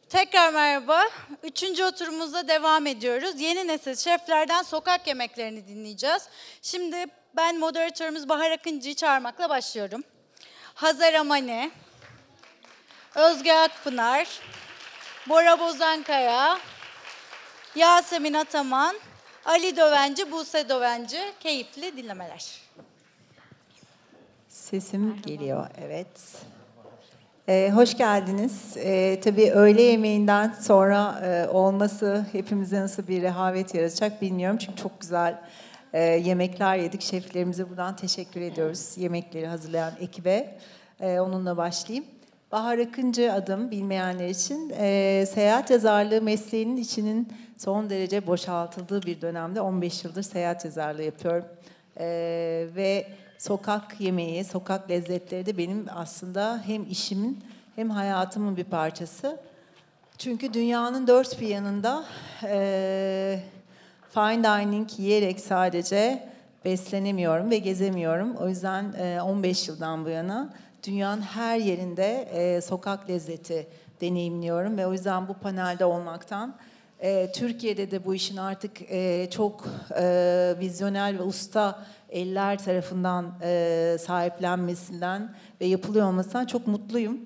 Tekrar merhaba. Üçüncü oturumumuzda devam ediyoruz. Yeni nesil şeflerden sokak yemeklerini dinleyeceğiz. Şimdi ben moderatörümüz Bahar Akıncı'yı çağırmakla başlıyorum. Hazar Amani, Özge Akpınar, Bora Bozankaya, Yasemin Ataman, Ali Dövenci, Buse Dövenci. Keyifli dinlemeler. Sesim geliyor, evet. Hoş geldiniz. Tabii öğle yemeğinden sonra olması hepimize nasıl bir rehavet yaratacak bilmiyorum. Çünkü çok güzel yemekler yedik. Şeflerimize buradan teşekkür ediyoruz. Yemekleri hazırlayan ekibe. Onunla başlayayım. Bahar Akıncı adım, bilmeyenler için. Seyahat yazarlığı mesleğinin içinin son derece boşaltıldığı bir dönemde 15 yıldır seyahat yazarlığı yapıyorum. Ve sokak yemeği, sokak lezzetleri de benim aslında hem işimin hem hayatımın bir parçası. Çünkü dünyanın dört bir yanında fine dining yiyerek sadece beslenemiyorum ve gezemiyorum. O yüzden 15 yıldan bu yana dünyanın her yerinde sokak lezzeti deneyimliyorum ve o yüzden bu panelde olmaktan, Türkiye'de de bu işin artık çok vizyoner ve usta eller tarafından sahiplenmesinden ve yapılıyor olmasından çok mutluyum.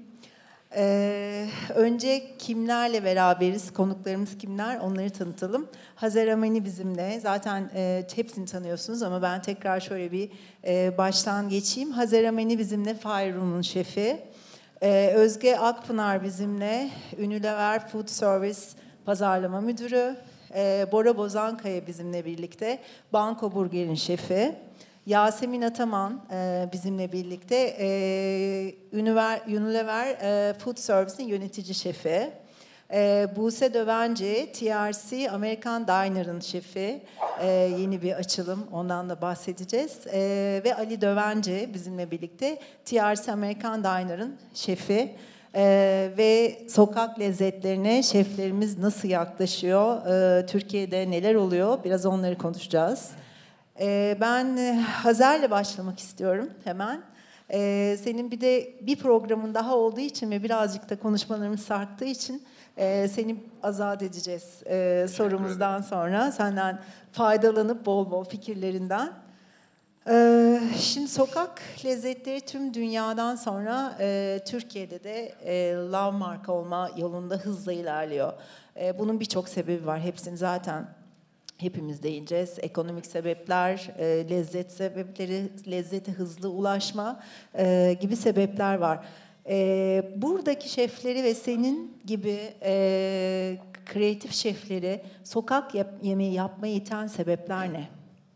Önce kimlerle beraberiz, konuklarımız kimler, onları tanıtalım. Hazar Amani bizimle, zaten hepsini tanıyorsunuz ama ben tekrar şöyle bir baştan geçeyim. Hazar Amani bizimle Fire Room'un şefi. Özge Akpınar bizimle, Unilever Food Service Pazarlama Müdürü. Bora Bozankaya bizimle birlikte, Banko Burger'in şefi. Yasemin Ataman bizimle birlikte, Unilever Food Service'in yönetici şefi. Buse Dövenci, TRC American Diner'ın şefi. Yeni bir açılım, ondan da bahsedeceğiz. Ve Ali Dövenci bizimle birlikte, TRC American Diner'ın şefi. Ve sokak lezzetlerine şeflerimiz nasıl yaklaşıyor, Türkiye'de neler oluyor, biraz onları konuşacağız. Ben Hazar'la başlamak istiyorum hemen. Senin bir de bir programın daha olduğu için ve birazcık da konuşmalarımız sarktığı için seni azat edeceğiz sorumuzdan sonra. Senden faydalanıp bol bol fikirlerinden. Şimdi sokak lezzetleri tüm dünyadan sonra Türkiye'de de lav marka olma yolunda hızla ilerliyor. Bunun birçok sebebi var. Hepsini zaten hepimiz değineceğiz. Ekonomik sebepler, lezzet sebepleri, lezzete hızlı ulaşma gibi sebepler var. Buradaki şefleri ve senin gibi kreatif şefleri sokak yemeği yapmaya iten sebepler ne?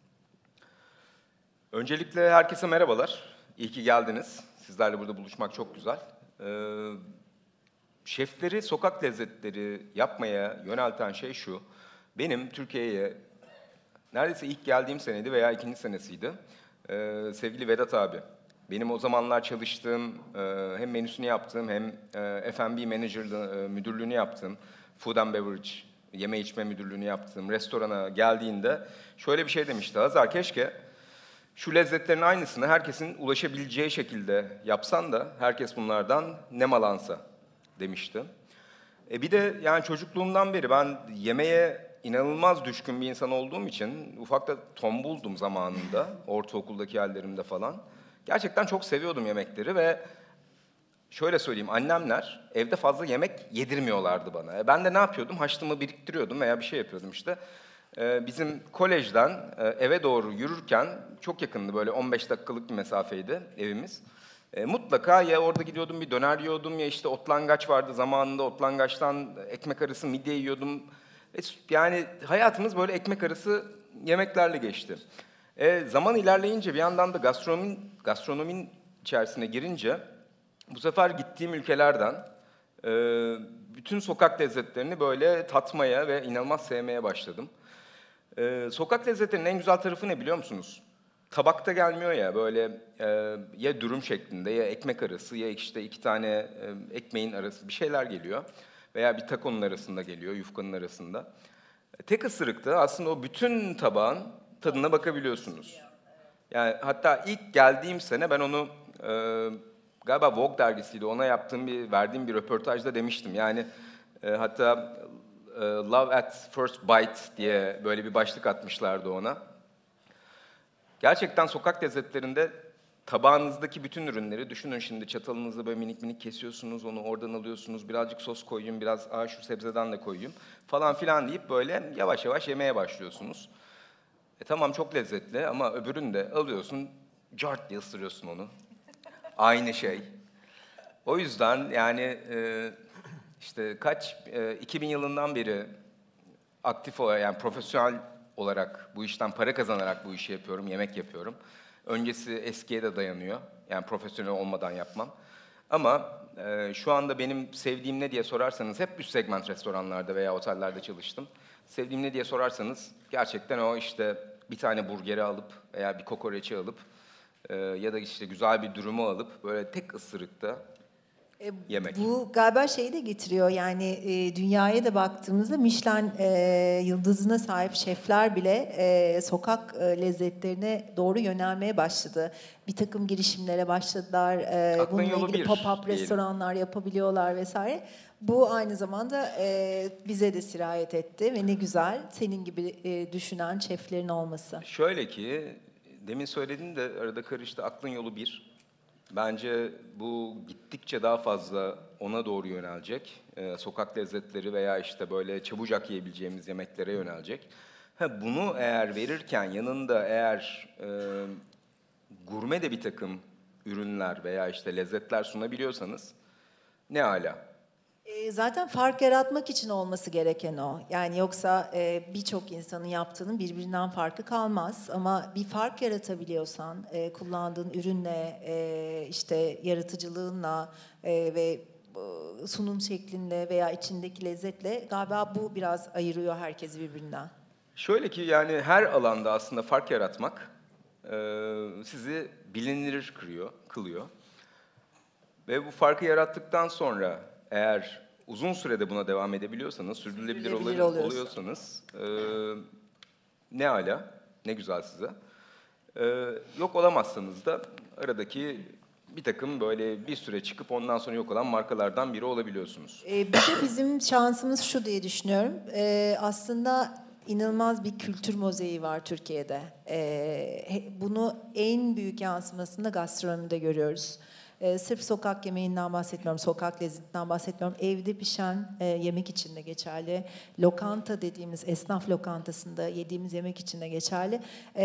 Öncelikle herkese merhabalar. İyi ki geldiniz. Sizlerle burada buluşmak çok güzel. Şefleri sokak lezzetleri yapmaya yönelten şey şu. Benim Türkiye'ye neredeyse ilk geldiğim seneydi veya ikinci senesiydi. Sevgili Vedat abi. Benim o zamanlar çalıştığım, hem menüsünü yaptığım hem F&B müdürlüğünü yaptığım, Food and Beverage, yeme içme müdürlüğünü yaptığım restorana geldiğinde şöyle bir şey demişti. Hazar, keşke şu lezzetlerin aynısını herkesin ulaşabileceği şekilde yapsan da herkes bunlardan nemalansa demişti. Bir de yani çocukluğumdan beri ben yemeğe inanılmaz düşkün bir insan olduğum için ufakta tombuldum zamanında, ortaokuldaki hallerimde falan. Gerçekten çok seviyordum yemekleri ve şöyle söyleyeyim, annemler evde fazla yemek yedirmiyorlardı bana. Ben de ne yapıyordum? Harçlığımı biriktiriyordum veya bir şey yapıyordum işte. Bizim kolejden eve doğru yürürken çok yakındı, böyle 15 dakikalık bir mesafeydi evimiz. Mutlaka ya orada gidiyordum bir döner yiyordum ya işte otlangaç vardı zamanında, otlangaçtan ekmek arası midye yiyordum. Yani hayatımız böyle ekmek arası yemeklerle geçti. Zaman ilerleyince bir yandan da gastronominin içerisine girince bu sefer gittiğim ülkelerden bütün sokak lezzetlerini böyle tatmaya ve inanılmaz sevmeye başladım. Sokak lezzetlerinin en güzel tarafı ne biliyor musunuz? Tabakta gelmiyor ya böyle ya dürüm şeklinde ya ekmek arası ya işte iki tane ekmeğin arası bir şeyler geliyor. Veya bir takonun arasında geliyor, yufkanın arasında. Tek ısırıkta aslında o bütün tabağın tadına bakabiliyorsunuz. Yani hatta ilk geldiğim sene ben onu galiba Vogue dergisiydi, ona verdiğim bir röportajda demiştim. Yani Hatta Love at First Bite diye böyle bir başlık atmışlardı ona. Gerçekten sokak lezzetlerinde tabağınızdaki bütün ürünleri düşünün, şimdi çatalınızla böyle minik minik kesiyorsunuz, onu oradan alıyorsunuz, birazcık sos koyayım, biraz şu sebzeden de koyayım falan filan deyip böyle yavaş yavaş yemeye başlıyorsunuz. Tamam, çok lezzetli ama öbürünü de alıyorsun, cart diye ısırıyorsun onu. Aynı şey. O yüzden yani işte 2000 yılından beri aktif olarak, yani profesyonel olarak bu işten para kazanarak bu işi yapıyorum, yemek yapıyorum. Öncesi eskiye de dayanıyor. Yani profesyonel olmadan yapmam. Ama şu anda benim sevdiğim ne diye sorarsanız, hep üst segment restoranlarda veya otellerde çalıştım. Sevdiğim ne diye sorarsanız gerçekten o işte bir tane burgeri alıp veya bir kokoreçi alıp ya da işte güzel bir dürümü alıp böyle tek ısırıkta yemek. Bu galiba şeyi de getiriyor, yani dünyaya da baktığımızda Michelin yıldızına sahip şefler bile sokak lezzetlerine doğru yönelmeye başladı. Bir takım girişimlere başladılar. Aklın Bununla yolu ilgili bir pop-up diyelim. restoranlar yapabiliyorlar vesaire. Bu aynı zamanda bize de sirayet etti ve ne güzel senin gibi düşünen şeflerin olması. Şöyle ki, demin söyledin de arada karıştı, aklın yolu bir. Bence bu gittikçe daha fazla ona doğru yönelecek. Sokak lezzetleri veya işte böyle çabucak yiyebileceğimiz yemeklere yönelecek. Bunu eğer verirken yanında eğer gurme de bir takım ürünler veya işte lezzetler sunabiliyorsanız ne âlâ. Zaten fark yaratmak için olması gereken o. Yani yoksa birçok insanın yaptığının birbirinden farkı kalmaz. Ama bir fark yaratabiliyorsan kullandığın ürünle, işte yaratıcılığınla ve sunum şeklinle veya içindeki lezzetle, galiba bu biraz ayırıyor herkesi birbirinden. Şöyle ki, yani her alanda aslında fark yaratmak sizi bilinir kılıyor. Ve bu farkı yarattıktan sonra eğer uzun sürede buna devam edebiliyorsanız, sürdürülebilir oluyorsanız ne âlâ, ne güzel size. Yok olamazsanız da aradaki bir takım böyle bir süre çıkıp ondan sonra yok olan markalardan biri olabiliyorsunuz. Bir de bizim şansımız şu diye düşünüyorum. Aslında inanılmaz bir kültür mozaiği var Türkiye'de. Bunu en büyük yansımasını gastronomide görüyoruz. Sırf sokak yemeğinden bahsetmiyorum, sokak lezzetinden bahsetmiyorum. Evde pişen yemek için de geçerli. Lokanta dediğimiz esnaf lokantasında yediğimiz yemek için de geçerli.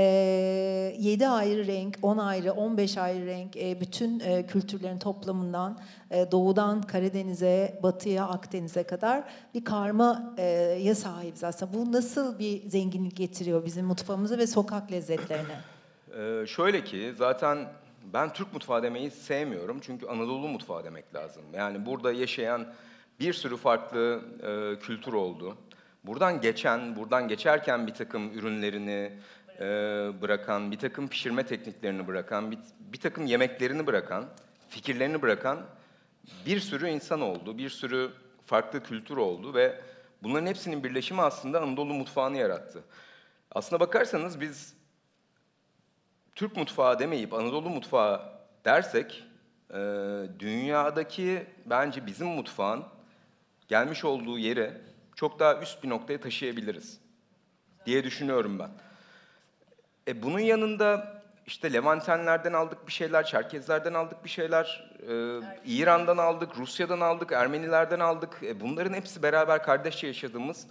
7 ayrı renk, 10 ayrı, 15 ayrı renk, bütün kültürlerin toplamından doğudan Karadeniz'e, batıya, Akdeniz'e kadar bir karmaya sahibiz aslında. Bu nasıl bir zenginlik getiriyor bizim mutfağımıza ve sokak lezzetlerine? Şöyle ki, zaten ben Türk mutfağı demeyi sevmiyorum çünkü Anadolu mutfağı demek lazım. Yani burada yaşayan bir sürü farklı kültür oldu. Buradan geçerken bir takım ürünlerini bırakan, bir takım pişirme tekniklerini bırakan, bir takım yemeklerini bırakan, fikirlerini bırakan bir sürü insan oldu, bir sürü farklı kültür oldu ve bunların hepsinin birleşimi aslında Anadolu mutfağını yarattı. Aslına bakarsanız biz Türk mutfağı demeyip Anadolu mutfağı dersek, dünyadaki bence bizim mutfağın gelmiş olduğu yere çok daha üst bir noktaya taşıyabiliriz diye düşünüyorum ben. Bunun yanında işte Levantenlerden aldık bir şeyler, Çerkezlerden aldık bir şeyler, İran'dan aldık, Rusya'dan aldık, Ermenilerden aldık. Bunların hepsi beraber kardeşçe yaşadığımız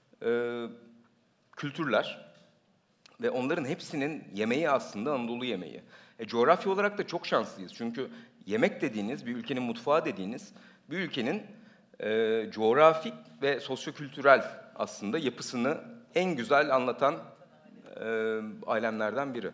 kültürler. Ve onların hepsinin yemeği aslında Anadolu yemeği. Coğrafya olarak da çok şanslıyız. Çünkü yemek dediğiniz, bir ülkenin mutfağı dediğiniz, bir ülkenin coğrafik ve sosyokültürel aslında yapısını en güzel anlatan alemlerden biri.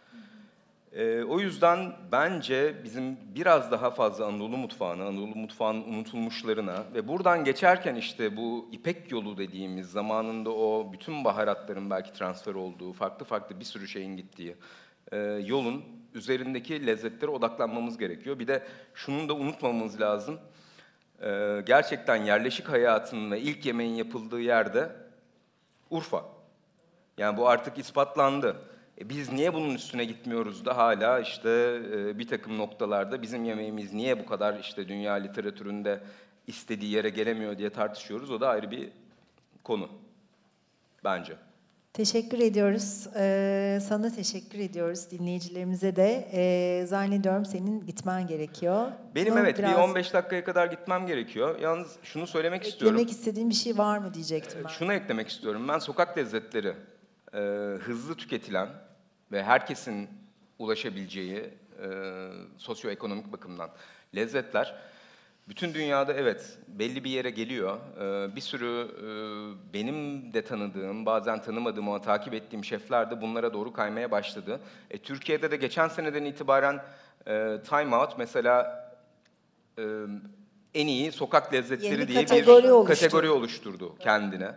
O yüzden bence bizim biraz daha fazla Anadolu mutfağının unutulmuşlarına ve buradan geçerken işte bu İpek yolu dediğimiz zamanında o bütün baharatların belki transfer olduğu, farklı farklı bir sürü şeyin gittiği yolun üzerindeki lezzetlere odaklanmamız gerekiyor. Bir de şunu da unutmamamız lazım. Gerçekten yerleşik hayatın ve ilk yemeğin yapıldığı yerde Urfa. Yani bu artık ispatlandı. Biz niye bunun üstüne gitmiyoruz da hala işte bir takım noktalarda bizim yemeğimiz niye bu kadar işte dünya literatüründe istediği yere gelemiyor diye tartışıyoruz. O da ayrı bir konu bence. Teşekkür ediyoruz. Sana teşekkür ediyoruz. Dinleyicilerimize de. Zannediyorum senin gitmen gerekiyor. Benim Bunu evet bir biraz 15 dakikaya kadar gitmem gerekiyor. Yalnız şunu söylemek istiyorum. eklemek istediğin bir şey var mı diyecektim ben. Şunu eklemek istiyorum. Ben sokak lezzetleri hızlı tüketilen ve herkesin ulaşabileceği sosyoekonomik bakımdan lezzetler bütün dünyada evet belli bir yere geliyor. Bir sürü benim de tanıdığım, bazen tanımadığım ama takip ettiğim şefler de bunlara doğru kaymaya başladı. Türkiye'de de geçen seneden itibaren Time Out mesela en iyi sokak lezzetleri Yeni diye kategori bir oluşturdu. kategori oluşturdu kendine.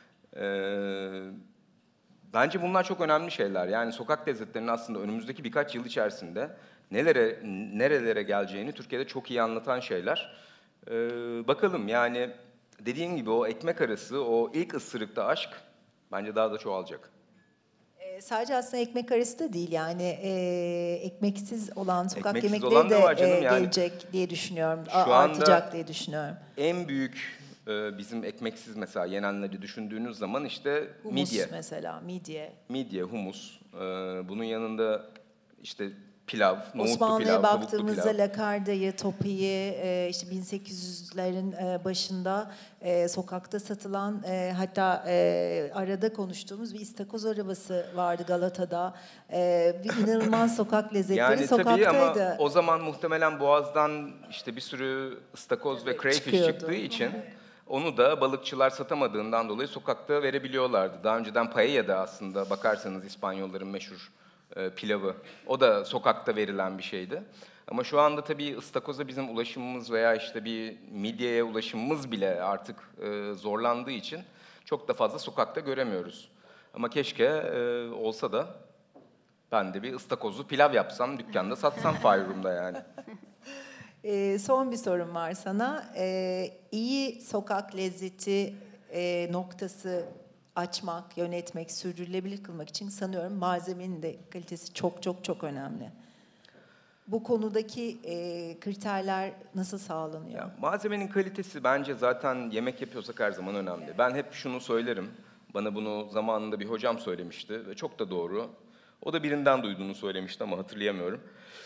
Bence bunlar çok önemli şeyler. Yani sokak lezzetlerinin aslında önümüzdeki birkaç yıl içerisinde nerelere geleceğini Türkiye'de çok iyi anlatan şeyler. Bakalım yani dediğim gibi o ekmek arası, o ilk ısırıkta aşk bence daha da çoğalacak. Sadece aslında ekmek arası da değil yani ekmeksiz olan sokak Ekmeksiz yemekleri olan da de var canım yani. gelecek diye düşünüyorum. Şu anda Artacak diye düşünüyorum. En büyük bizim ekmeksiz mesela yenenleri düşündüğünüz zaman işte Humus midye. mesela, midye. Midye, humus. Bunun yanında işte pilav, nohutlu Osmanlı'ya pilav, tavuklu baktığımızda pilav. lakardayı, topiyi, işte 1800'lerin başında sokakta satılan, hatta arada konuştuğumuz bir istakoz arabası vardı Galata'da. Bir inanılmaz sokak lezzetleri Yani tabii ama sokaktaydı. o zaman muhtemelen Boğaz'dan işte bir sürü ıstakoz ve crayfish çıkıyordu. çıktığı için onu da balıkçılar satamadığından dolayı sokakta verebiliyorlardı. Daha önceden paella'da aslında bakarsanız İspanyolların meşhur pilavı. O da sokakta verilen bir şeydi. Ama şu anda tabii ıstakoza bizim ulaşımımız veya işte bir midyeye ulaşımımız bile artık zorlandığı için çok da fazla sokakta göremiyoruz. Ama keşke olsa da ben de bir ıstakozlu pilav yapsam, dükkanda satsam Fireroom'da yani. Son bir sorum var sana. İyi sokak lezzeti noktası açmak, yönetmek, sürdürülebilir kılmak için sanıyorum malzemenin de kalitesi çok çok çok önemli. Bu konudaki kriterler nasıl sağlanıyor? Ya, malzemenin kalitesi bence zaten yemek yapıyorsak her zaman önemli. Ben hep şunu söylerim. Bana bunu zamanında bir hocam söylemişti ve çok da doğru. O da birinden duyduğunu söylemişti ama hatırlayamıyorum.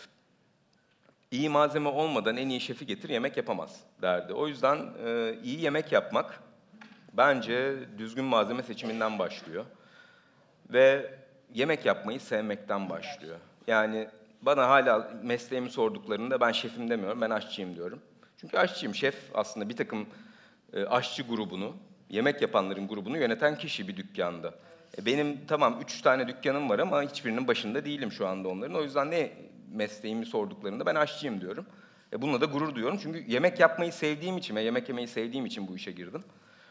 İyi malzeme olmadan en iyi şefi getir yemek yapamaz derdi. O yüzden iyi yemek yapmak bence düzgün malzeme seçiminden başlıyor. Ve yemek yapmayı sevmekten başlıyor. Yani bana hala mesleğimi sorduklarında ben şefim demiyorum, ben aşçıyım diyorum. Çünkü aşçıyım, şef aslında bir takım aşçı grubunu, yemek yapanların grubunu yöneten kişi bir dükkanda. Benim tamam 3 tane dükkanım var ama hiçbirinin başında değilim şu anda onların. O yüzden ne mesleğimi sorduklarında ben aşçıyım diyorum. Bununla da gurur duyuyorum çünkü yemek yapmayı sevdiğim için ve yemek yemeyi sevdiğim için bu işe girdim.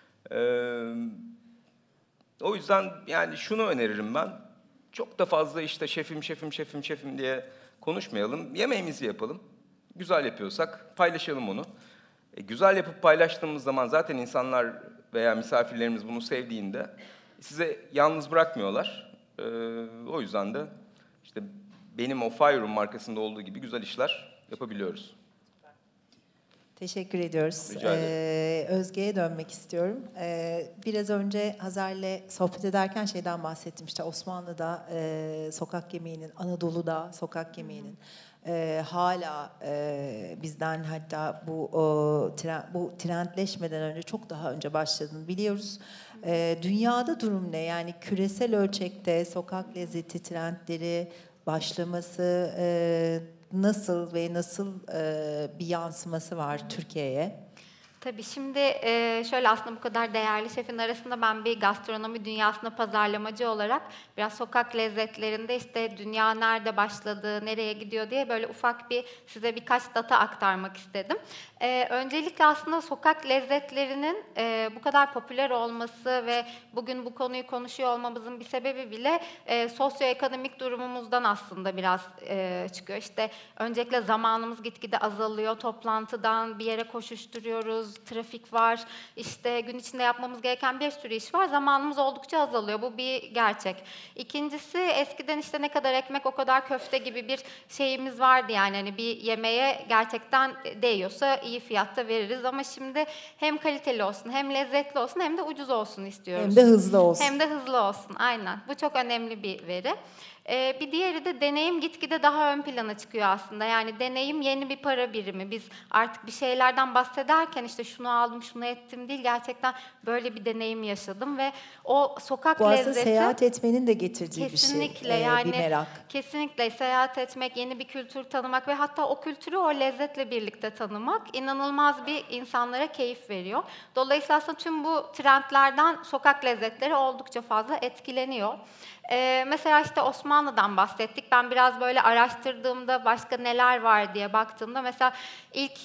O yüzden yani şunu öneririm ben. Çok da fazla işte şefim diye konuşmayalım. Yemeğimizi yapalım. Güzel yapıyorsak paylaşalım onu. Güzel yapıp paylaştığımız zaman zaten insanlar veya misafirlerimiz bunu sevdiğinde size yalnız bırakmıyorlar. O yüzden de işte benim o Fireroom markasında olduğu gibi güzel işler yapabiliyoruz. Teşekkür ediyoruz. Rica ederim. Özge'ye dönmek istiyorum. Biraz önce Hazar'le sohbet ederken şeyden bahsettim. İşte Osmanlı'da sokak yemeğinin, Anadolu'da sokak yemeğinin hala bizden hatta bu trendleşmeden önce çok daha önce başladığını biliyoruz. Dünyada durum ne? Yani küresel ölçekte sokak lezzeti trendleri başlaması nasıl ve nasıl bir yansıması var Türkiye'ye? Tabii şimdi şöyle aslında bu kadar değerli şefin arasında ben bir gastronomi dünyasında pazarlamacı olarak biraz sokak lezzetlerinde işte dünya nerede başladı, nereye gidiyor diye böyle ufak bir size birkaç data aktarmak istedim. Öncelikle aslında sokak lezzetlerinin bu kadar popüler olması ve bugün bu konuyu konuşuyor olmamızın bir sebebi bile sosyoekonomik durumumuzdan aslında biraz çıkıyor. İşte öncelikle zamanımız gitgide azalıyor, toplantıdan bir yere koşuşturuyoruz, trafik var, işte gün içinde yapmamız gereken bir sürü iş var. Zamanımız oldukça azalıyor. Bu bir gerçek. İkincisi, eskiden işte ne kadar ekmek o kadar köfte gibi bir şeyimiz vardı yani. Hani bir yemeğe gerçekten değiyorsa iyi fiyatta veririz ama şimdi hem kaliteli olsun, hem lezzetli olsun, hem de ucuz olsun istiyoruz. Hem de hızlı olsun. Hem de hızlı olsun, aynen. Bu çok önemli bir veri. Bir diğeri de deneyim gitgide daha ön plana çıkıyor aslında. Yani deneyim yeni bir para birimi. Biz artık bir şeylerden bahsederken işte şunu aldım, şunu ettim değil. Gerçekten böyle bir deneyim yaşadım ve o sokak Bu aslında lezzeti... seyahat etmenin de getirdiği Kesinlikle bir şey, yani bir merak. kesinlikle seyahat etmek, yeni bir kültür tanımak ve hatta o kültürü o lezzetle birlikte tanımak inanılmaz bir insanlara keyif veriyor. Dolayısıyla aslında tüm bu trendlerden sokak lezzetleri oldukça fazla etkileniyor. Mesela işte Osmanlı'dan bahsettik. Ben biraz böyle araştırdığımda başka neler var diye baktığımda mesela ilk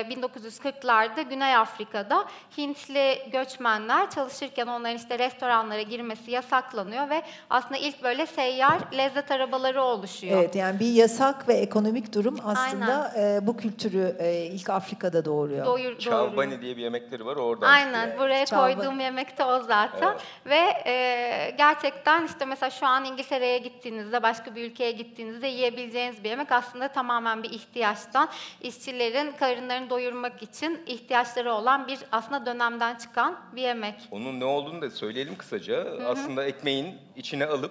1940'larda Güney Afrika'da Hintli göçmenler çalışırken onların işte restoranlara girmesi yasaklanıyor ve aslında ilk böyle seyyar lezzet arabaları oluşuyor. Evet, yani bir yasak ve ekonomik durum aslında bu kültürü ilk Afrika'da doğuruyor. Doyuruyor. Çavbani diye bir yemekleri var oradan Aynen, çıkıyor. buraya Çavbani. koyduğum yemek de o zaten. Evet. Ve gerçekten işte mesela şu an İngiltere'ye gittiğinizde, başka bir ülkeye gittiğinizde yiyebileceğiniz bir yemek aslında tamamen bir ihtiyaçtan, işçilerin karınlarını doyurmak için ihtiyaçları olan bir aslında dönemden çıkan bir yemek. Onun ne olduğunu da söyleyelim kısaca. Aslında ekmeğin içine alıp,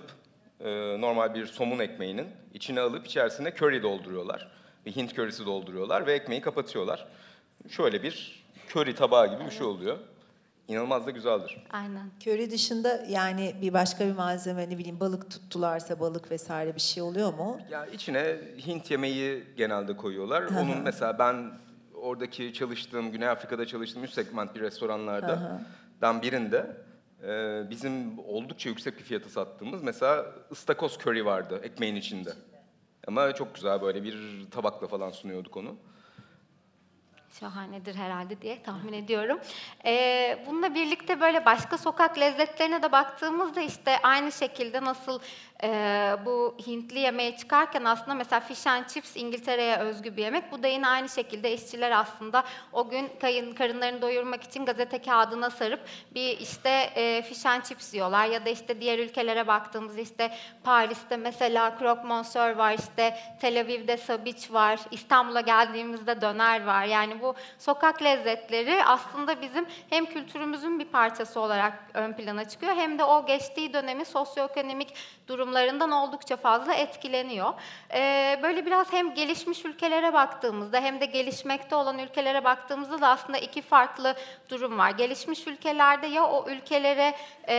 normal bir somun ekmeğinin içine alıp içerisine köri dolduruyorlar. Bir Hint körisi dolduruyorlar ve ekmeği kapatıyorlar. Şöyle bir köri tabağı gibi bir şey oluyor. İnanılmaz da güzeldir. Aynen. Köri dışında yani bir başka bir malzeme, ne bileyim balık tuttularsa balık vesaire bir şey oluyor mu? Ya içine Hint yemeği genelde koyuyorlar. Onun mesela ben oradaki çalıştığım, Güney Afrika'da çalıştığım üst segment bir restoranlardan birinde bizim oldukça yüksek bir fiyata sattığımız mesela ıstakoz köri vardı ekmeğin içinde. Ama çok güzel böyle bir tabakla falan sunuyorduk onu. Şahanedir herhalde diye tahmin ediyorum. Bununla birlikte böyle başka sokak lezzetlerine de baktığımızda işte aynı şekilde nasıl bu Hintli yemeğe çıkarken aslında mesela fish and chips İngiltere'ye özgü bir yemek. Bu da yine aynı şekilde işçiler aslında o gün karınlarını doyurmak için gazete kağıdına sarıp bir işte fish and chips yiyorlar. Ya da işte diğer ülkelere baktığımızda işte Paris'te mesela croque monsieur var, işte Tel Aviv'de sabiç var, İstanbul'a geldiğimizde döner var. Yani bu sokak lezzetleri aslında bizim hem kültürümüzün bir parçası olarak ön plana çıkıyor hem de o geçtiği dönemi sosyoekonomik durumlarından oldukça fazla etkileniyor. Böyle biraz hem gelişmiş ülkelere baktığımızda hem de gelişmekte olan ülkelere baktığımızda da aslında iki farklı durum var. Gelişmiş ülkelerde ya o ülkelere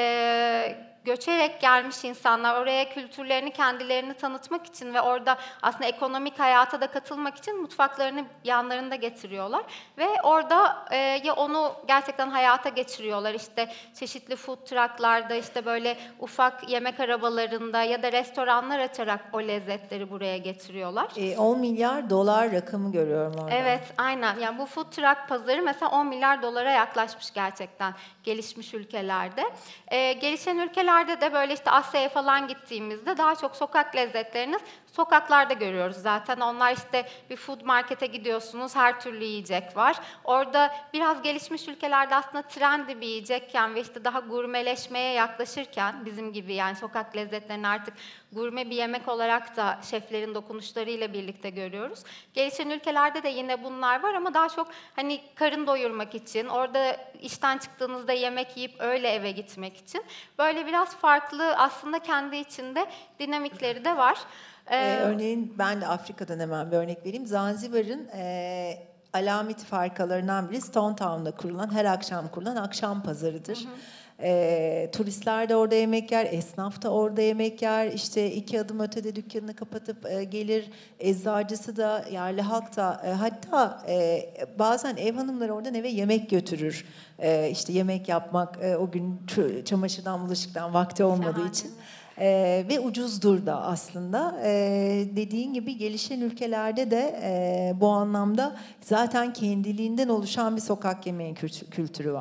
göçerek gelmiş insanlar oraya kültürlerini, kendilerini tanıtmak için ve orada aslında ekonomik hayata da katılmak için mutfaklarını yanlarında getiriyorlar. Ve orada ya onu gerçekten hayata geçiriyorlar. İşte çeşitli food trucklarda, işte böyle ufak yemek arabalarında ya da restoranlar açarak o lezzetleri buraya getiriyorlar. 10 milyar dolar rakamı görüyorum orada. Evet, aynen. Yani bu food truck pazarı mesela 10 milyar dolara yaklaşmış gerçekten gelişmiş ülkelerde. Gelişen ülkelerde de böyle işte Asya'ya falan gittiğimizde daha çok sokak lezzetlerini sokaklarda görüyoruz zaten. Onlar işte bir food markete gidiyorsunuz, her türlü yiyecek var. Orada biraz gelişmiş ülkelerde aslında trendy bir yiyecekken ve işte daha gurmeleşmeye yaklaşırken bizim gibi yani sokak lezzetlerini artık gurme bir yemek olarak da şeflerin dokunuşlarıyla birlikte görüyoruz. Gelişen ülkelerde de yine bunlar var ama daha çok hani karın doyurmak için, orada işten çıktığınızda yemek yiyip öyle eve gitmek için. Böyle biraz farklı aslında kendi içinde dinamikleri de var. Örneğin ben de Afrika'dan hemen bir örnek vereyim. Zanzibar'ın alameti farikalarından biri Stone Town'da kurulan, her akşam kurulan akşam pazarıdır. Turistler de orada yemek yer, esnaf da orada yemek yer. İşte 2 adım ötede dükkanını kapatıp gelir, eczacısı da, yerli halk da, hatta bazen ev hanımları oradan eve yemek götürür. İşte yemek yapmak o gün çamaşırdan, bulaşıktan vakti olmadığı için. Ve ucuzdur da aslında. Dediğin gibi gelişen ülkelerde de bu anlamda zaten kendiliğinden oluşan bir sokak yemeği kültürü var.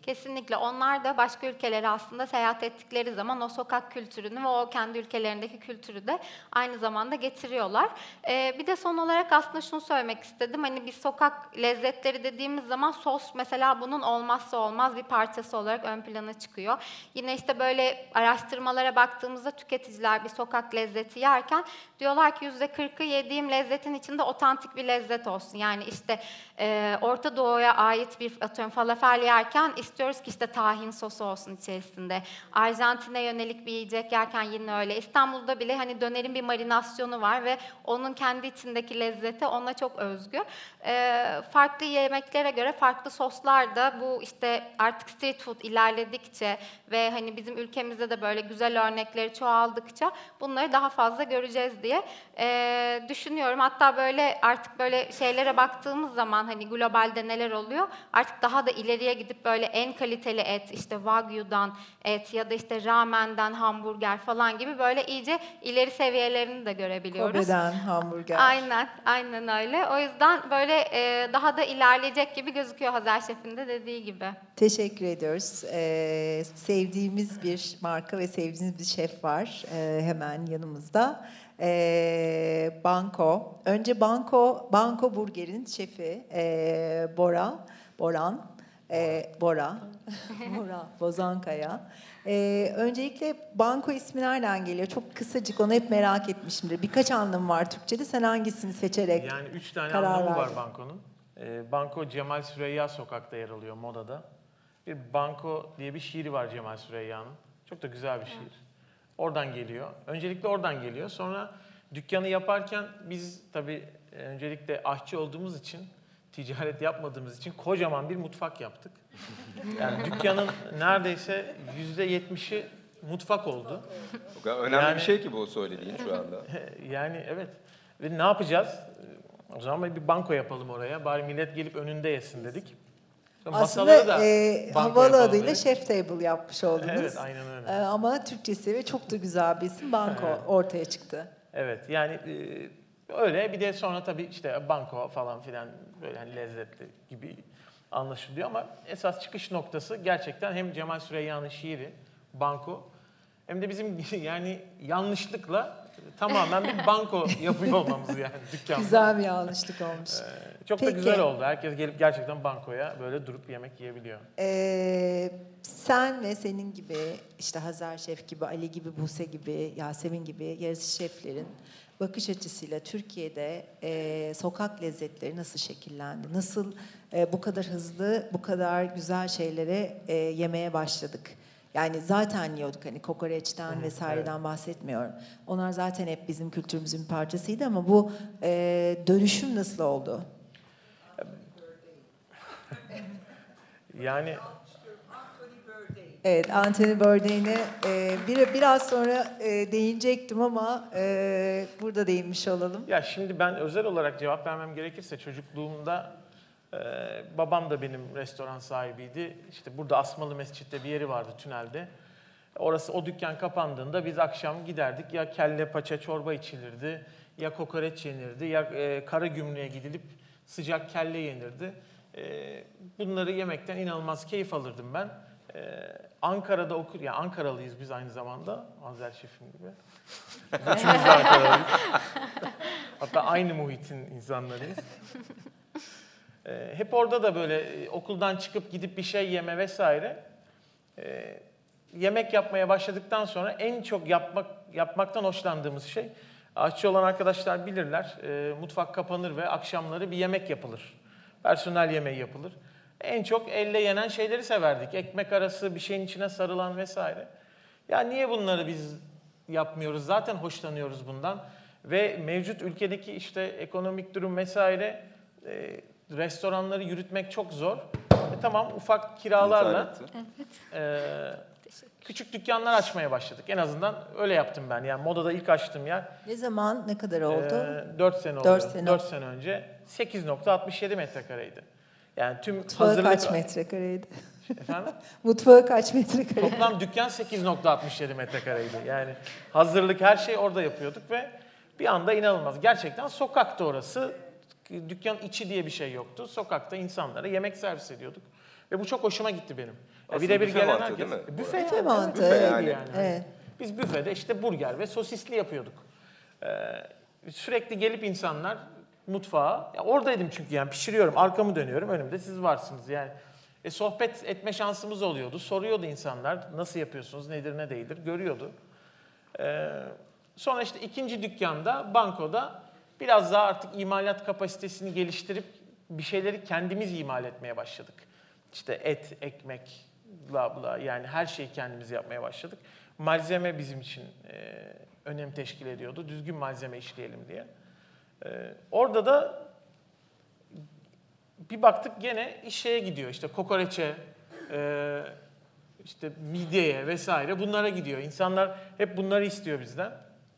Kesinlikle. Onlar da başka ülkelere aslında seyahat ettikleri zaman o sokak kültürünü ve o kendi ülkelerindeki kültürü de aynı zamanda getiriyorlar. Bir de son olarak aslında şunu söylemek istedim. Hani biz sokak lezzetleri dediğimiz zaman sos mesela bunun olmazsa olmaz bir parçası olarak ön plana çıkıyor. Yine işte böyle araştırmalara baktığımızda tüketiciler bir sokak lezzeti yerken diyorlar ki %40'ı yediğim lezzetin içinde otantik bir lezzet olsun. Yani işte Orta Doğu'ya ait bir atıyorum falafel yerken istiyoruz ki işte tahin sosu olsun içerisinde. Arjantin'e yönelik bir yiyecek yerken yine öyle. İstanbul'da bile hani dönerin bir marinasyonu var ve onun kendi içindeki lezzeti ona çok özgü. Farklı yemeklere göre farklı soslar da bu işte artık street food ilerledikçe ve hani bizim ülkemizde de böyle güzel örnekleri çoğaldıkça bunları daha fazla göreceğiz diye düşünüyorum. Hatta böyle artık böyle şeylere baktığımız zaman hani globalde neler oluyor? Artık daha da ileriye gidip böyle en kaliteli et, işte Wagyu'dan et ya da işte ramen'den hamburger falan gibi böyle iyice ileri seviyelerini de görebiliyoruz. Kobe'den hamburger. Aynen öyle. O yüzden böyle daha da ilerleyecek gibi gözüküyor Hazer Şef'in de dediği gibi. Teşekkür ediyoruz. Sevdiğimiz bir marka ve sevdiğimiz bir şef var hemen yanımızda. Banko. Önce Banko Burger'in şefi Bora Bozankaya. Öncelikle Banko ismi nereden geliyor? Çok kısacık, onu hep merak etmişimdir. Birkaç anlamı var Türkçe'de. Sen hangisini seçerek Yani 3 tane karar anlamı var verdin? Banko'nun. Banko Cemal Süreyya Sokak'ta yer alıyor Moda'da. Bir Banko diye bir şiiri var Cemal Süreyya'nın. Çok da güzel bir şiir. Oradan geliyor. Öncelikle oradan geliyor. Sonra dükkanı yaparken biz tabii öncelikle aşçı olduğumuz için, ticaret yapmadığımız için kocaman bir mutfak yaptık. Yani dükkanın neredeyse %70'i mutfak oldu. O kadar önemli Yani- bir şey ki bu söylediğin şu anda. Yani evet. Ve ne yapacağız? O zaman bir banko yapalım oraya. Bari millet gelip önünde yesin dedik. Sonra masaları Aslında da banko havalı yapalım adıyla dedik. Chef Table yapmış oldunuz. Evet, aynen öyle. Ama Türkçesi ve çok da güzel bir isim Banko ortaya çıktı. Evet, yani öyle. Bir de sonra tabii işte banko falan filan böyle hani lezzetli gibi anlaşılıyor ama esas çıkış noktası gerçekten hem Cemal Süreyya'nın şiiri Banko hem de bizim yani yanlışlıkla tamamen bir banko yapıyor olmamız yani dükkanda. Güzel bir yanlışlık olmuş. Çok da Peki. güzel oldu. Herkes gelip gerçekten bankoya böyle durup yemek yiyebiliyor. Sen ve senin gibi işte Hazar Şef gibi, Ali gibi, Buse gibi, Yasemin gibi yarışı şeflerin bakış açısıyla Türkiye'de sokak lezzetleri nasıl şekillendi? Nasıl bu kadar hızlı, bu kadar güzel şeylere yemeye başladık? Yani zaten yiyorduk hani kokoreçten vesaireden bahsetmiyorum. Onlar zaten hep bizim kültürümüzün bir parçasıydı ama bu dönüşüm nasıl oldu? Yani Evet, Anthony Bourdain'e biraz sonra değinecektim ama burada değinmiş olalım. ya şimdi ben özel olarak cevap vermem gerekirse çocukluğumda babam da benim restoran sahibiydi. İşte burada Asmalı Mescid'de bir yeri vardı tünelde. Orası o dükkan kapandığında biz akşam giderdik ya kelle paça çorba içilirdi ya kokoreç yenirdi ya Karagümrük'e gidilip sıcak kelle yenirdi. Bunları yemekten inanılmaz keyif alırdım ben. Ankara'da yani Ankaralıyız biz aynı zamanda Azer Şef'im gibi. Biz üçümüz de Ankaralıyız. Hatta aynı muhitin insanlarıyız. Hep orada da böyle okuldan çıkıp gidip bir şey yeme vesaire. Yemek yapmaya başladıktan sonra en çok yapmaktan hoşlandığımız şey, aşçı olan arkadaşlar bilirler, mutfak kapanır ve akşamları bir yemek yapılır. Personel yemeği yapılır. En çok elle yenen şeyleri severdik. Ekmek arası, bir şeyin içine sarılan vesaire. Ya niye bunları biz yapmıyoruz? Zaten hoşlanıyoruz bundan. Ve mevcut ülkedeki işte ekonomik durum vesaire, restoranları yürütmek çok zor. Tamam, ufak kiralarla küçük dükkanlar açmaya başladık. En azından öyle yaptım ben. Yani Moda'da ilk açtığım yer Ne zaman, ne kadar oldu? 4 sene oldu. 4 sene önce 8.67 metrekareydi. Yani tüm Mutfağı hazırlık... kaç metrekareydi? Efendim? Mutfağı kaç metrekareydi? Toplam dükkan 8.67 metrekareydi. Yani hazırlık her şey orada yapıyorduk ve bir anda inanılmaz. Gerçekten sokakta orası. Dükkan içi diye bir şey yoktu. Sokakta insanlara yemek servis ediyorduk. Ve bu çok hoşuma gitti benim. Aslında birebir büfe gelen mantığı herkes. değil mi? Büfe, Büfe mantığı, büfe evet. yani. Evet. Biz büfede işte burger ve sosisli yapıyorduk. Sürekli gelip insanlar mutfağa, ya oradaydım çünkü yani pişiriyorum, arkamı dönüyorum, önümde siz varsınız yani. Sohbet etme şansımız oluyordu, soruyordu insanlar nasıl yapıyorsunuz, nedir ne değildir, görüyordu. Sonra işte ikinci dükkanda, bankoda biraz daha artık imalat kapasitesini geliştirip bir şeyleri kendimiz imal etmeye başladık. İşte et, ekmek, bla bla yani her şeyi kendimiz yapmaya başladık. Malzeme bizim için önem teşkil ediyordu. Düzgün malzeme işleyelim diye. Orada da bir baktık gene iş şeye gidiyor. İşte kokoreçe, işte midyeye vesaire bunlara gidiyor. İnsanlar hep bunları istiyor bizden.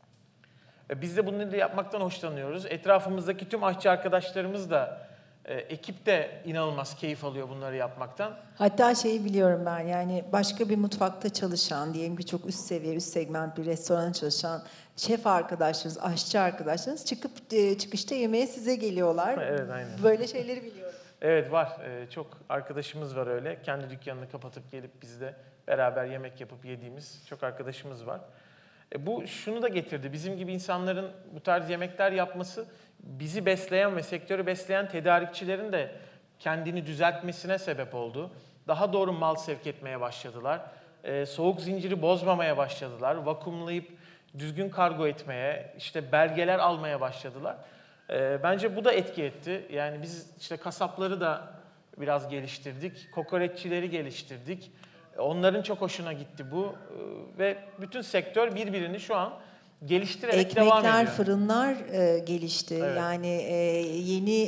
Biz de bunları yapmaktan hoşlanıyoruz. Etrafımızdaki tüm aşçı arkadaşlarımız da ekip de inanılmaz keyif alıyor bunları yapmaktan. Hatta şeyi biliyorum ben, yani başka bir mutfakta çalışan, diyelim ki çok üst seviye, üst segment bir restoranda çalışan şef arkadaşlarınız, aşçı arkadaşlarınız çıkışta yemeğe size geliyorlar. Evet, aynen. Böyle şeyleri biliyorum. Evet var. Çok arkadaşımız var öyle. Kendi dükkanını kapatıp gelip bizde beraber yemek yapıp yediğimiz çok arkadaşımız var. Bu şunu da getirdi. Bizim gibi insanların bu tarz yemekler yapması bizi besleyen ve sektörü besleyen tedarikçilerin de kendini düzeltmesine sebep oldu. Daha doğru mal sevk etmeye başladılar. Soğuk zinciri bozmamaya başladılar. Vakumlayıp düzgün kargo etmeye, işte belgeler almaya başladılar. Bence bu da etki etti. Yani biz işte kasapları da biraz geliştirdik. Kokoreççileri geliştirdik. Onların çok hoşuna gitti bu. Ve bütün sektör birbirini şu an geliştirerek devam ediyor. Ekmekler, fırınlar gelişti. Evet. Yani yeni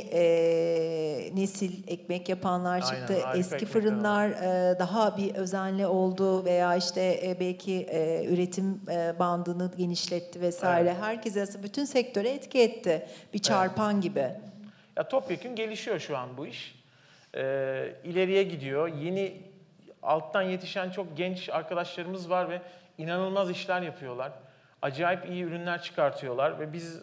nesil ekmek yapanlar Aynen, çıktı. harika Eski ekmekler fırınlar daha bir özenli oldu veya işte belki üretim bandını genişletti vesaire. Evet. Herkese aslında bütün sektöre etki etti. Bir çarpan gibi. Ya topyekün gelişiyor şu an bu iş. İleriye gidiyor. Yeni alttan yetişen çok genç arkadaşlarımız var ve inanılmaz işler yapıyorlar. Acayip iyi ürünler çıkartıyorlar ve biz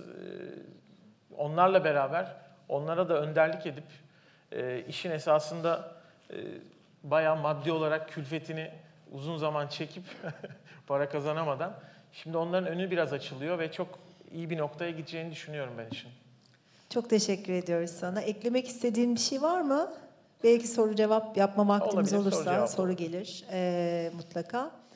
onlarla beraber onlara da önderlik edip işin esasında bayağı maddi olarak külfetini uzun zaman çekip para kazanamadan şimdi onların önü biraz açılıyor ve çok iyi bir noktaya gideceğini düşünüyorum ben işin. Çok teşekkür ediyoruz sana. Eklemek istediğin bir şey var mı? Belki soru cevap yapma vaktimiz Olabilir, soru olursa cevap soru olur. gelir mutlaka.